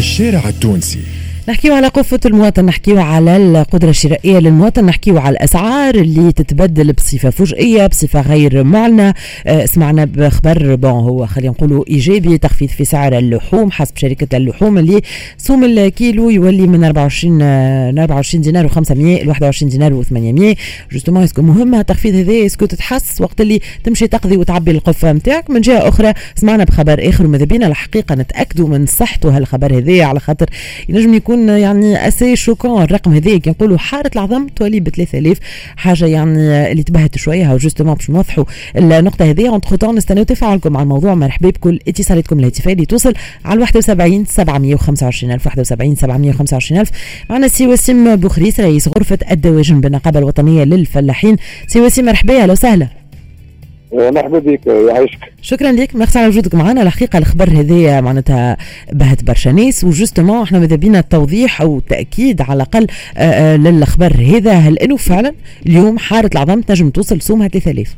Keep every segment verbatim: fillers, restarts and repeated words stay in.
الشارع التونسي. نحكيو على قفة المواطن، نحكيو على القدرة الشرائية للمواطن، نحكيو على الأسعار اللي تتبدل بصفة فجئية بصفة غير معلنة. أه سمعنا بخبر بون هو خلينا نقولوا إيجابي، تخفيض في سعر اللحوم حسب شركة اللحوم اللي سوم الكيلو يولي من أربعة وعشرين أربعة وعشرين دينار وخمسمية ل واحد وعشرين دينار وثمانمية. جوستومون اسكو مهم التخفيض هذا، اسكو تتحس وقت اللي تمشي تقضي وتعبي القفة نتاعك. من جهة أخرى سمعنا بخبر آخر وماذا بينا الحقيقة نتأكدوا من صحته هالخبر هذا، على خاطر ينجم يكون يعني اسي شوكون الرقم هذا كي نقولوا حاره العظم تولي ب ثلاثة آلاف، حاجه يعني اللي تبهت شويه. وجوستومون باش نوضحوا النقطه هذه اونتر طون نستناو تفاعلكم على الموضوع. مرحبا بكل اتصالاتكم الهاتفيه اللي توصل على واحد وسبعين سبعمية وخمسة وعشرين ألف واحد وسبعين سبعمية وخمسة وعشرين ألف. معنا سي وسيم بوخريس رئيس غرفه الدواجن بالنقابه الوطنيه للفلاحين. سي وسيم مرحبا، اهلا وسهلا. مرحبا بك، يعيشك. شكرا لك، ميرسي على وجودك معنا. الحقيقه الخبر هذا معناتها بهت برشا ناس، وجوستومون احنا ماذا بينا التوضيح او التاكيد على الاقل للخبر هذا. هل انه فعلا اليوم حاره العظم تنجم توصل سومها ثلاثة آلاف؟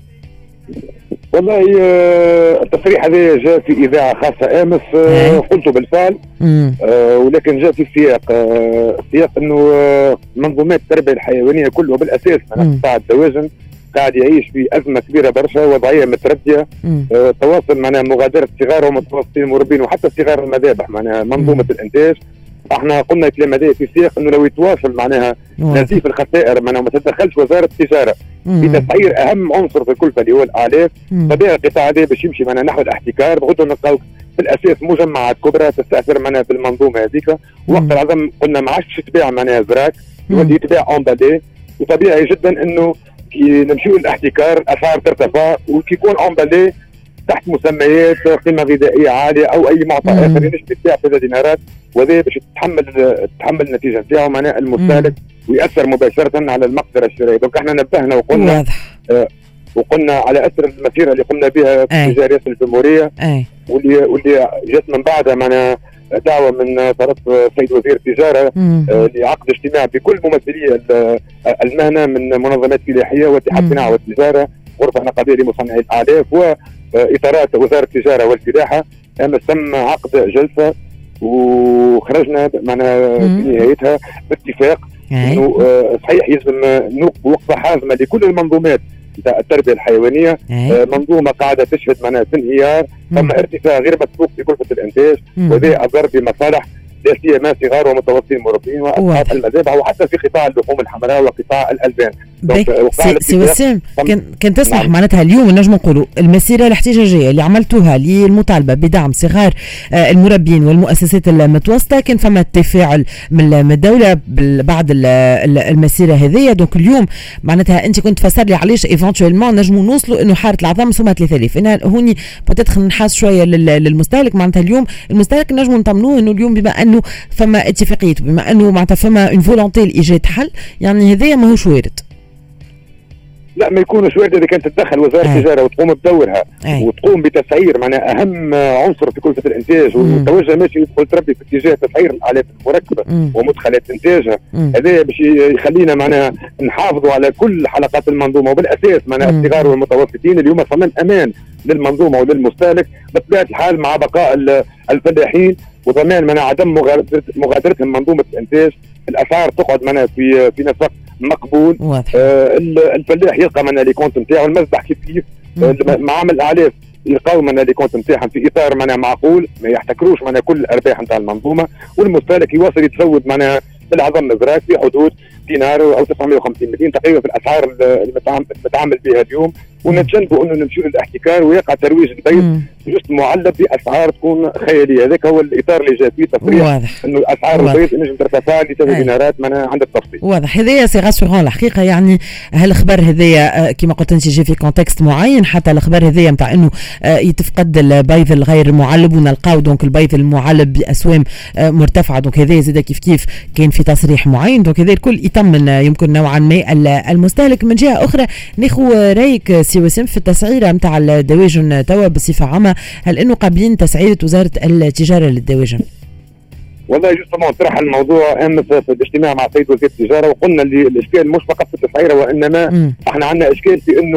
والله التصريح هذا جاء في اذاعه خاصه امس، قلته بالفعل، آه ولكن جاء في سياق آه سياق انه منظومات التربيه الحيوانيه كلها بالاساس من قطاع الدواجن قاعد يعيش في أزمة كبيرة برشا، وضعية متردية. آه، تواصل معناها مغادرة صغار ومتوسطين المربين وحتى صغار المذابح معناها منظومة الإنتاج. احنا قلنا كلام هذا في سياق انه لو يتواصل معناها نزيف الخسائر معناها ما تتدخلش وزارة التجارة في تسعير أهم عنصر في الكلفة اللي هو الأعلاف، طبيعي القطاع هذا باش يمشي معناها نحو الاحتكار. بغض نلقاو في الأساس مجمعات كبرى تستأثر معناها في المنظومة هذيك. وقت العظم قلنا ما عادش تباع معناها زراك، يولي يتباع أمبالي، وطبيعي جدا انه كي نمشيو للاحتكار الاسعار ترتفع، وكي يكون امبالي تحت مسميات قيمه غذائيه عاليه او اي معطى اخر ينجم يتباع ثلاث دينارات، وهذا باش تتحمل تتحمل النتيجه نتاعو معناها المستهلك ويأثر مباشره على المقدره الشرائيه. دونك احنا نبهنا وقلنا آه وقلنا على اثر المسيره اللي قمنا بها في رئاسه الجمهوريه، واللي واللي جات من بعدها معناها دعوة من طرف سيد وزير التجارة آه لعقد اجتماع بكل ممثلي المهنة من منظمات فلاحية واتحاد الصناعة والتجارة، غرفة نقابية لمصنعي الأعلاف، وإطارات وزارة التجارة والفلاحة. أمس تم عقد جلسة وخرجنا معنا في نهايتها باتفاق أنه آه صحيح يلزم نوقف وقفة حازمة لكل المنظومات التربية الحيوانية. آه منظومة قاعدة تشهد معنا في انهيار، ثم ارتفاع غير مسبوق في كلفة الإنتاج، وذي أضر بمصالح لا سيما صغار ومتوسطين المربين واصحاب المذابح، وحتى في قطاع اللحوم الحمراء وقطاع الألبان. سي وسام كان تسمح نعم. معناتها اليوم نجم نقولوا المسيرة الاحتجاجية اللي عملتوها للمطالبة بدعم صغار آه المربين والمؤسسات المتوسطة، كان فما تفاعل من الدولة بعد المسيرة هذه. دونك اليوم معناتها انت كنت تفسر لي علاش ايفونتويلمون نجموا نوصلوا انه حارة العظام سومها ثلاثة آلاف. انا هوني بتدخل نحاس شوية للمستهلك. معناتها اليوم المستهلك نجموا نطمنوه انه اليوم بما انه فما اتفاقية، بما انه معناتها فما اون فولونتي لايجاد حل، يعني هذايا ماهوش وارد. لا ما يكونش وارد اذا كانت تتدخل وزاره أي. التجاره وتقوم بدورها أي. وتقوم بتسعير معناها اهم عنصر في كلفه الانتاج، والتوجه ماشي يدخل تربي في اتجاه تسعير الاعلاف المركبه مم. ومدخلات انتاجها. هذا باش يخلينا معناها نحافظوا على كل حلقات المنظومه، وبالاساس معناها الصغار والمتوسطين اليوم صمم امان للمنظومه وللمستهلك بطبيعه الحال، مع بقاء الفلاحين وضمان معناها عدم مغادرتهم منظومه الانتاج. الاسعار تقعد معناها في في نسق مقبول. آه الفلاح يلقى معناها لي كونت نتاعو، المذبح كيف كيف آه معامل الاعلاف يلقاو معناها لي كونت نتاعهم في اطار معناها معقول، ما يحتكروش معناها كل الارباح نتاع المنظومه، والمستهلك يواصل يتزود معناها بالعظم الزراك في حدود دينار او تسعمية وخمسين مئتين تقريبا في الاسعار اللي متعامل بها اليوم، ونتجنبوا انه نمشيو للاحتكار ويقع ترويج البيع جست معلب باسعار تكون خياليه. هذاك هو الاطار اللي جاء فيه تصريح انه الاسعار البيض نجم ترتفع لثلاث دينارات معناها عند التفصيل. واضح هذايا سي غاسورون الحقيقه. يعني هالخبر هذايا كما قلت انت جاي في كونتكست معين، حتى الخبر هذايا نتاع انه يتفقد البيض الغير معلب ونلقاو دونك البيض المعلب باسوام مرتفعه. دونك هذايا زاد كيف كيف كان في تصريح معين. دونك هذا الكل يطمن يمكن نوعا ما المستهلك. من جهه اخرى ناخذ رايك سي وسام في التسعيره نتاع الدواجن توا بصفه عامه، هل انه قابلين تسعيره وزاره التجاره للدواجن؟ والله جوستومون طرح الموضوع امس في الاجتماع مع سيد وزير التجاره، وقلنا اللي الاشكال مش فقط في التسعيره، وانما م. احنا عندنا اشكال في انه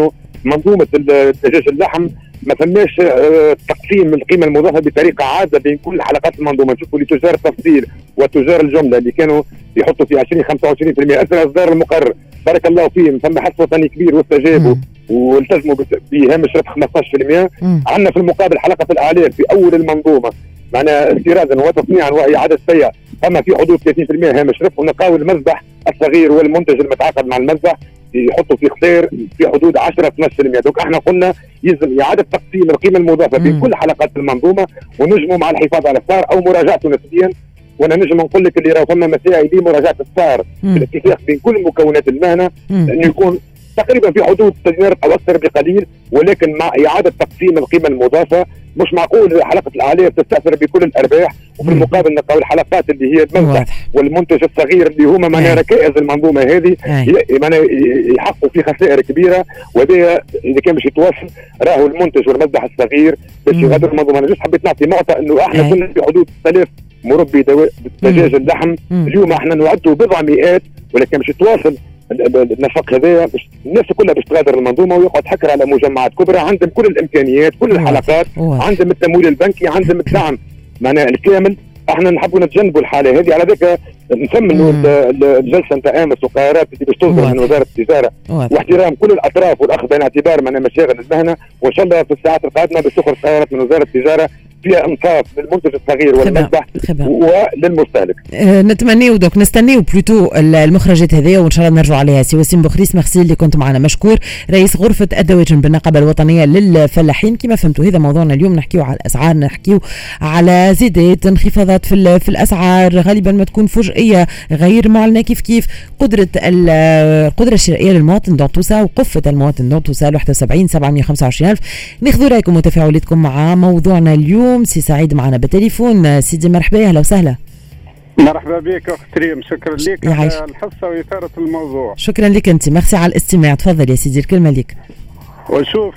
منظومه دجاج اللحم ما فماش تقسيم القيمه المضافه بطريقه عادله بين كل حلقات المنظومه. نشوفوا لتجار التفصيل وتجار الجمله اللي كانوا يحطوا في عشرين خمسة وعشرين بالمئة اثر اصدار المقرر بارك الله فيهم، ثم حث وطني كبير واستجابوا والتزموا بهامش ربح خمسطاش بالمئة. عندنا في المقابل حلقه الاعلاف في اول المنظومه معناها استيرادا وتصنيعا واعاده بيع، اما في حدود ثلاثين بالمئة هامش ربح، ونقاول المذبح الصغير والمنتج المتعاقد مع المذبح يحطوا في خسائر في حدود عشرة اثناش بالمئة. دونك احنا قلنا يلزم اعاده تقسيم القيمه المضافه بين كل حلقات المنظومه ونجموا مع الحفاظ على السعر او مراجعته نسبيا. وانا نجم نقول لك اللي راه فما مساعي لمراجعه السعر بالاتفاق بين كل مكونات المهنه انه يكون تقريبا في حدود دينار او اكثر بقليل، ولكن مع اعاده تقسيم القيمه المضافه. مش معقول حلقه الاعلاف تستاثر بكل الارباح وفي المقابل نلقاو الحلقات اللي هي المذبح والمنتج الصغير اللي هما معناها ركائز المنظومه هذه معناها يحققوا في خسائر كبيره. وهذا اذا كان باش يتواصل راهو المنتج والمذبح الصغير باش يغادر المنظومه. انا جست حبيت نعطي معطى انه احنا كنا في حدود ثلاث مربي دجاج اللحم، اليوم احنا نعدوا بضع مئات، ولكن باش يتواصل النفق هذايا الناس كلها باش تغادر المنظومه ويقعد حكر على مجمعات كبرى عندهم كل الامكانيات كل الحلقات، عندهم التمويل البنكي، عندهم الدعم معناها الكامل. احنا نحبوا نتجنبوا الحاله هذه، على ذلك نثمنوا الجلسه نتاع امس وقرارات اللي باش تصدر من وزاره التجاره واحترام كل الاطراف والاخذ بعين الاعتبار من مشاغل المهنه، وان شاء الله في الساعات القادمه باش تخرج قرارات من وزاره التجاره فيها انصاف للمنتج الصغير والمذبح وللمستهلك. أه نتمنيو دوك نستنيو بلوتو المخرجات هذه وان شاء الله نرجعوا عليها. سي وسيم بوخريس ميرسي اللي كنت معنا، مشكور. رئيس غرفه الدواجن بالنقابه الوطنيه للفلاحين. كما فهمتوا هذا موضوعنا اليوم، نحكيو على الاسعار، نحكيو على زيادات انخفاضات في في الاسعار غالبا ما تكون فجئيه غير معلنه، كيف كيف قدره القدره الشرائيه للمواطن دون توسا وقفه المواطن دون توسا واحد وسبعين سبعمية وخمسة وعشرين ألف. ناخذوا رايكم وتفاعلاتكم مع موضوعنا اليوم. سي سعيد معنا بالتليفون. سيدي مرحبا، اهلا وسهلا. مرحبا بك اخت ريم، شكرا لك على الحصه واثاره الموضوع. شكرا لك انت، ميرسي على الاستماع. تفضل يا سيدي الكلمه لك. وشوف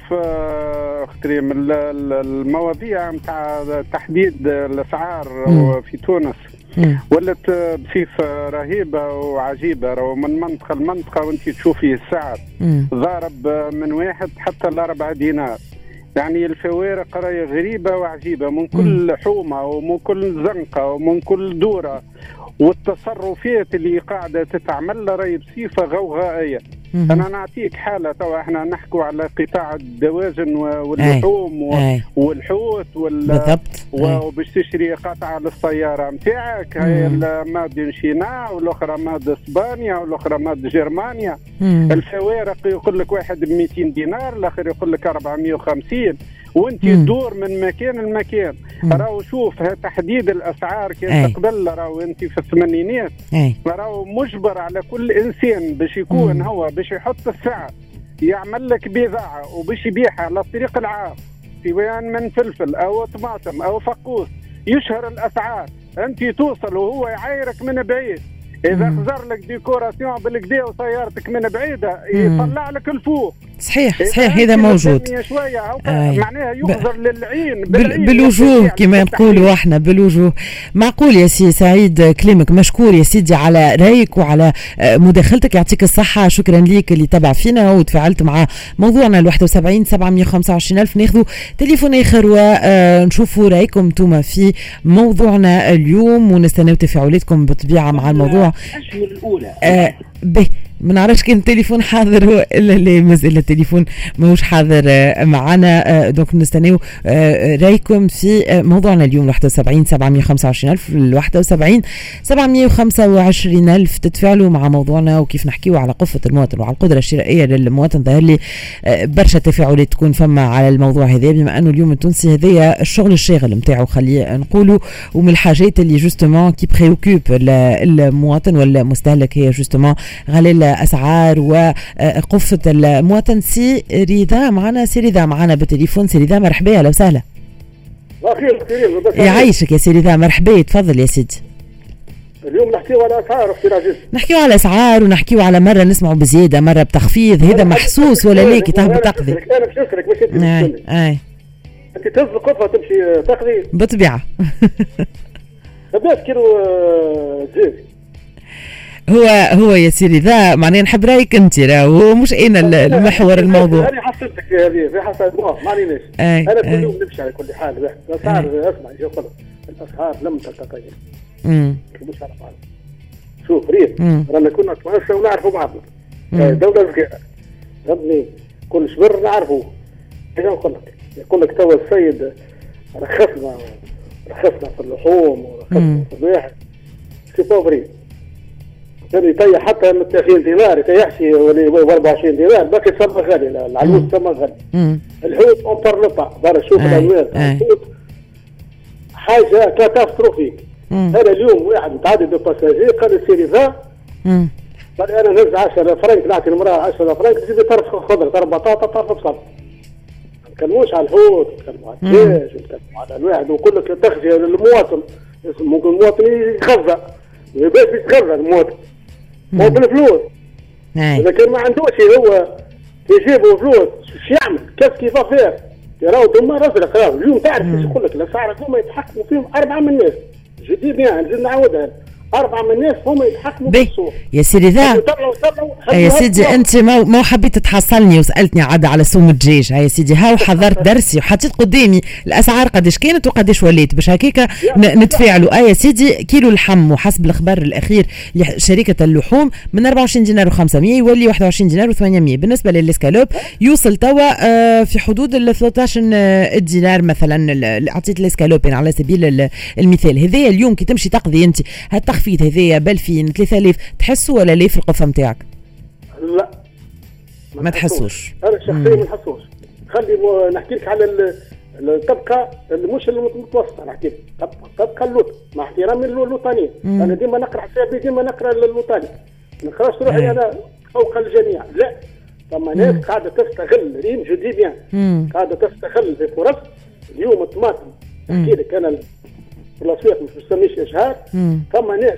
اخت ريم المواضيع نتاع تحديد الاسعار في تونس ولت بصفه رهيبه وعجيبه، راهو من منطقه لمنطقه وانت تشوفي السعر ضارب من واحد حتى لاربعه دينار. يعني الفوارق راهي غريبة وعجيبة من كل حومة ومن كل زنقة ومن كل دورة، والتصرفات اللي قاعدة تتعمل راهي بصفة غوغائية. أنا نعطيك حالة توا احنا نحكوا على قطاع الدواجن واللحوم أي. والحوت وال... وباش تشتري قطعة للسيارة متاعك، هي ماد شينا والأخرى ماد إسبانيا والأخرى ماد جرمانيا. مم. الفوارق يقول لك واحد ب مئتين دينار، الآخر يقول لك أربعمية وخمسين، وانت تدور من مكان لمكان. راهو شوف تحديد الاسعار كان قبل، راهو انت في الثمانينات راهو مجبر على كل انسان باش يكون مم. هو باش يحط السعر، يعمل لك بضاعه وباش يبيعها على الطريق العام في وين من فلفل او طماطم او فقوس، يشهر الاسعار. انت توصل وهو يعايرك من بعيد، اذا خزر لك ديكوراسيون بالكدا وسيارتك من بعيده يطلع لك الفوق. صحيح صحيح هذا موجود. آه. معناها يخزر للعين بالوجوه كما نقولوا احنا بالوجوه. معقول يا سي سعيد كلامك، مشكور يا سيدي على رايك وعلى مداخلتك، يعطيك الصحه. شكرا ليك اللي تابع فينا وتفاعلت مع موضوعنا واحد وسبعين سبعمية وخمسة وعشرين ألف. ناخذوا تليفون اخر ونشوفوا رايكم انتم في موضوعنا اليوم ونستناو تفاعلاتكم بالطبيعه مع الموضوع. آه به ما نعرفش كان التليفون حاضر ولا لا، مازال التليفون ماهوش حاضر معنا. دونك نستناو رايكم في موضوعنا اليوم واحد وسبعين سبعمية وخمسة وعشرين ألف واحد وسبعين سبعمية وخمسة وعشرين ألف. تتفاعلوا مع موضوعنا وكيف نحكيو على قفة المواطن وعلى القدرة الشرائية للمواطن. ظهر لي برشا تفاعلات تكون فما على الموضوع هذا، بما انه اليوم التونسي هذايا الشغل الشاغل نتاعو خلينا نقولوا، ومن الحاجات اللي جوستومون كي بريوكوب المواطن والمستهلك هي جوستومون غلاء اسعار وقفه المواطن. سي رضا معنا، سي رضا معنا بالتليفون. سي رضا مرحبا، اهلا وسهلا. اخير كريم يعيشك يا سي رضا، مرحبا. تفضل يا سيدي. اليوم نحكيو على اسعار اختي راجل، نحكيو على اسعار ونحكيو على مره نسمعوا بزياده مره بتخفيض. هذا محسوس ولا ليكي تهبط تقضي؟ انا باش نسالك باش انت اي اي انت تهز القفه تمشي تقضي بالطبيعه. بدات كيلو دجاج هو هو يا سيدي ذا معناها نحب رايك انت راهو مش انا المحور الموضوع. انا حسيتك في هذه في حسب ما عليناش. انا كل يوم نمشي على كل حال واحد الاسعار اسمع يا خلق الاسعار لم تتغير. امم مش عارف على شوف ريت رانا كنا توانسه ونعرفوا بعضنا. دوله ذكيه ربني كل شبر نعرفوه. انا نقول لك يقول لك توا السيد رخصنا رخصنا في اللحوم ورخصنا في الواحد سي بوفري كان يطيح حتى من ثلاثين دينار يطيحشي ولا أربعة وعشرين دينار باقي تسمى غالي العلوش تسمى غالي. الحوت اون بارلوبا برا شوف الاموال الحوت حاجه كاتاستروفيك. انا اليوم واحد متعدد الباساجير قال لي سيري ذا قال انا نهز عشرة فرنك نعطي المراه عشرة فرنك تزيد طرف خضره طرف بطاطا طرف بصل. ما نتكلموش على الحوت نتكلموا على الدجاج نتكلموا على الواحد ونقول لك تغذيه للمواطن ممكن المواطن يتغذى ما يبقاش يتغذى المواطن مو بالفلوس. اذا كان ما عندوش هو يجيبوا فلوس شو يعمل كيف كيف فيه يراو ثم رزق راهو اليوم تعرف ايش يقول لك الاسعار هما يتحكموا فيهم اربعه من الناس جديد يعني نزيد نعاودها أربعة من الناس هم يتحكموا بالسوق. يا سيدي ذا يا سيدي أنت ما ما حبيت تحصلني وسألتني عاد على سوم الدجاج. يا سيدي هاو حضرت درسي وحطيت قدامي الأسعار قداش كانت وقداش وليت باش هكاك نتفاعلوا. آه يا سيدي كيلو اللحم وحسب الخبر الأخير لشركة اللحوم من أربعة وعشرين دينار وخمسمية يولي واحد وعشرين دينار وثمانمية. بالنسبة للإسكالوب يوصل توا آه في حدود ال ثلاثة عشر دينار مثلا. أعطيت الإسكالوب على سبيل المثال. هذايا اليوم كي تمشي تقضي أنت التخفيض هذايا بلفين ثلاثة آلاف تحسوا ولا ليه في القفه نتاعك؟ لا ما, ما تحسوش. انا شخصيا ما نحسوش. خلي نحكي لك على الطبقه مش المتوسطه نحكي لك طبقه اللوط مع احترامي للوطنيين. انا ديما نقرا حسابي ديما نقرا للوطني ما نقراش روحي انا فوق الجميع لا. ثم ناس قاعده تستغل ريم جو دي بيان قاعده تستغل في فرص. اليوم الطماطم نحكي لك انا في الاسواق مش بسميش اشهار. ثم ناس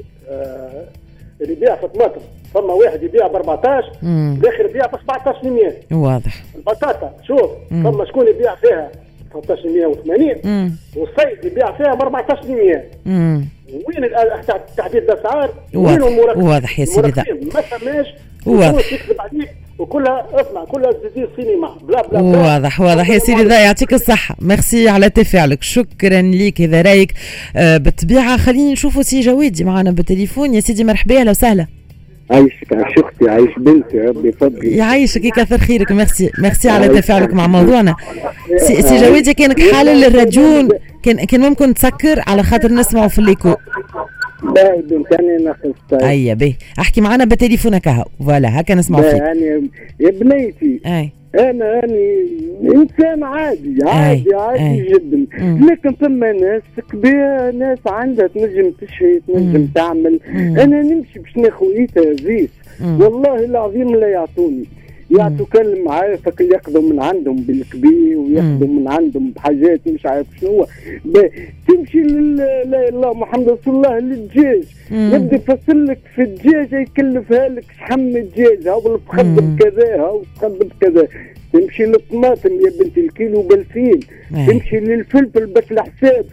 آه اللي يبيع في طماطم ثم واحد يبيع ب أربعطاش الاخر يبيع ب سبعطاش مية. واضح. البطاطا شوف ثم شكون يبيع فيها ثلاثطاش مية وثمانين والصيد يبيع فيها ب أربعطاش مية. وين تحديد الاسعار؟ وين المراقبه؟ واضح يا سيدي ذا ما فماش واضح يكذب عليك وكلها اسمع كلها تزيد سينما بلا بلا, بلا. واضح واضح يا سيدي ذا يعطيك الصحة. ميرسي على تفاعلك شكرا ليك. إذا رايك آه بالطبيعة خلينا نشوفوا سي جوادي معنا بالتليفون. يا سيدي مرحبا أهلا وسهلا. عايشك عايش اختي عايش بنتي ربي يفضلك. يعيشك يكثر خيرك. ميرسي ميرسي على تفاعلك مع موضوعنا. سي, سي جوادي كانك حالل الراديو كان كان ممكن تسكر على خاطر نسمعوا في الليكو. لا بامكاني ناخذ. اي باهي احكي معنا بتليفونك اهو فوالا هكا نسمعوا فيك. يعني يا بنيتي اي انا اني انسان عادي عادي أي. عادي أي. جدا. مم. لكن ثم ناس كبيره ناس عندها تنجم تشهي تنجم مم. تعمل. مم. انا نمشي باش ناخذ ايتازيس والله العظيم لا يعطوني يعطوا كلم عارفك ياخذوا من عندهم بالكبير وياخذوا من عندهم بحاجات مش عارف شنو. تمشي لا الله محمد رسول الله للدجاج يبدا يفصل لك في الدجاج يكلفها لك شحم الدجاج هاو تخدم كذا هاو تخدم كذا. تمشي للطماطم يا بنتي الكيلو بألفين. تمشي للفلفل بك الحساب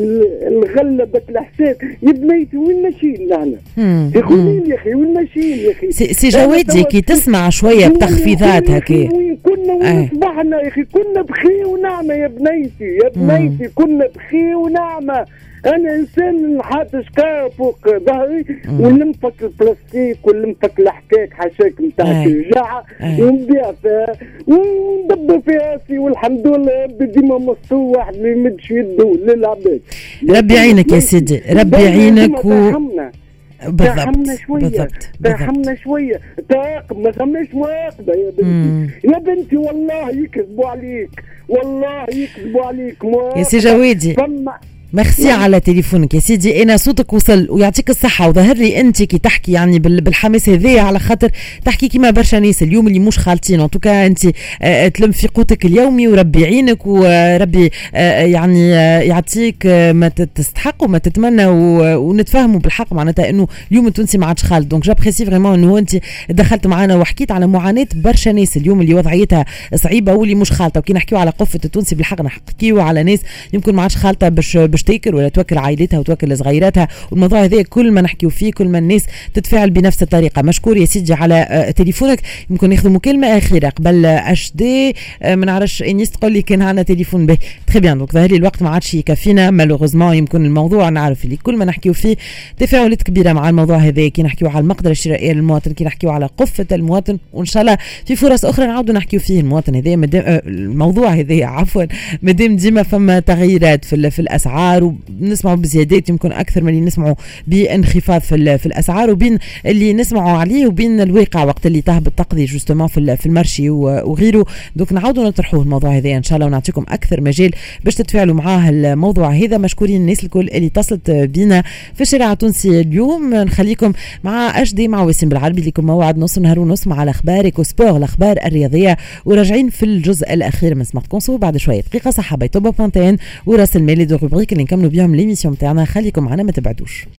الغله بك الحساب. يا بنيتي وين ماشيين نحن؟ يا خويا يا اخي وين ماشيين يا اخي؟ سي جوادي كي تسمع شويه بتخفيضات هكا وين كنا وين صبحنا يا اخي كنا بخير ونعمه يا بنيتي يا بنيتي كنا بخير ونعمه. انا انسان نحط شكاره فوق ظهري وننفك البلاستيك وننفك الحكاك حشاك نتاع الشجاعه ونبيع فيها وندبر فيها راسي والحمد لله ديما مستور واحد ما يمدش يده للعباد. ربي يعينك يا سيدي ربي يعينك. و ترحمنا شويه ترحمنا شويه تراقب ما ثماش مراقبه يا بنتي. يا بنتي والله يكذبوا عليك والله يكذبوا عليك. يا سي جوادي ميرسي على تليفونك يا سيدي. انا صوتك وصل ويعطيك الصحه وظهر لي انت كي تحكي يعني بالحماس هذايا على خاطر تحكي كيما برشا ناس اليوم اللي مش خالطين ان توكا انت تلم في قوتك اليومي وربي يعينك وربي يعني يعطيك ما تستحق وما تتمنى ونتفاهموا بالحق معناتها انه اليوم التونسي ما عادش خالط. دونك جابريسي فريمون انه انت دخلت معنا وحكيت على معاناه برشا ناس اليوم اللي وضعيتها صعيبه واللي مش خالطه. وكي نحكيو على قفه التونسي بالحق نحكيو على ناس يمكن ما عادش خالطه باش باش باش تاكل ولا توكل عائلتها وتوكل صغيراتها. والموضوع هذا كل ما نحكيو فيه كل ما الناس تتفاعل بنفس الطريقه. مشكور يا سيدي على تليفونك. يمكن ناخذ مكالمه اخيره قبل اش دي. ما نعرفش انيس تقول لي كان عندنا تليفون به تري بيان. دونك ظهر لي الوقت ما عادش يكفينا مالوغوزمون. يمكن الموضوع نعرف اللي كل ما نحكيو فيه تفاعلات كبيره مع الموضوع هذا، كي نحكيو على المقدره الشرائيه للمواطن، كي نحكيو على قفه المواطن، وان شاء الله في فرص اخرى نعاودوا نحكيو فيه المواطن هذا مدام الموضوع هذا عفوا مادام ديما فما تغييرات في, في الاسعار ونسمعوا بزيادات يمكن اكثر من اللي نسمعوا بانخفاض في, في الاسعار، وبين اللي نسمعوا عليه وبين الواقع وقت اللي تهبط تقضي جوستومون في, في المرشي وغيره. دوك نعاودوا نطرحوه الموضوع هذا ان شاء الله ونعطيكم اكثر مجال باش تتفاعلوا معاه الموضوع هذا. مشكورين الناس الكل اللي اتصلت بينا في الشارع التونسي اليوم. نخليكم مع اش دي مع وسيم بالعربي لكم موعد نص نهار ونص مع الاخبار ايكو سبور الاخبار الرياضيه، وراجعين في الجزء الاخير من سمارت كونسو بعد شويه دقيقه صحه بيتوبا بونتين وراس المالي دو روبريك اللي نكملوا بيهم ليميسيون تاعنا. خليكم معنا ما تبعدوش.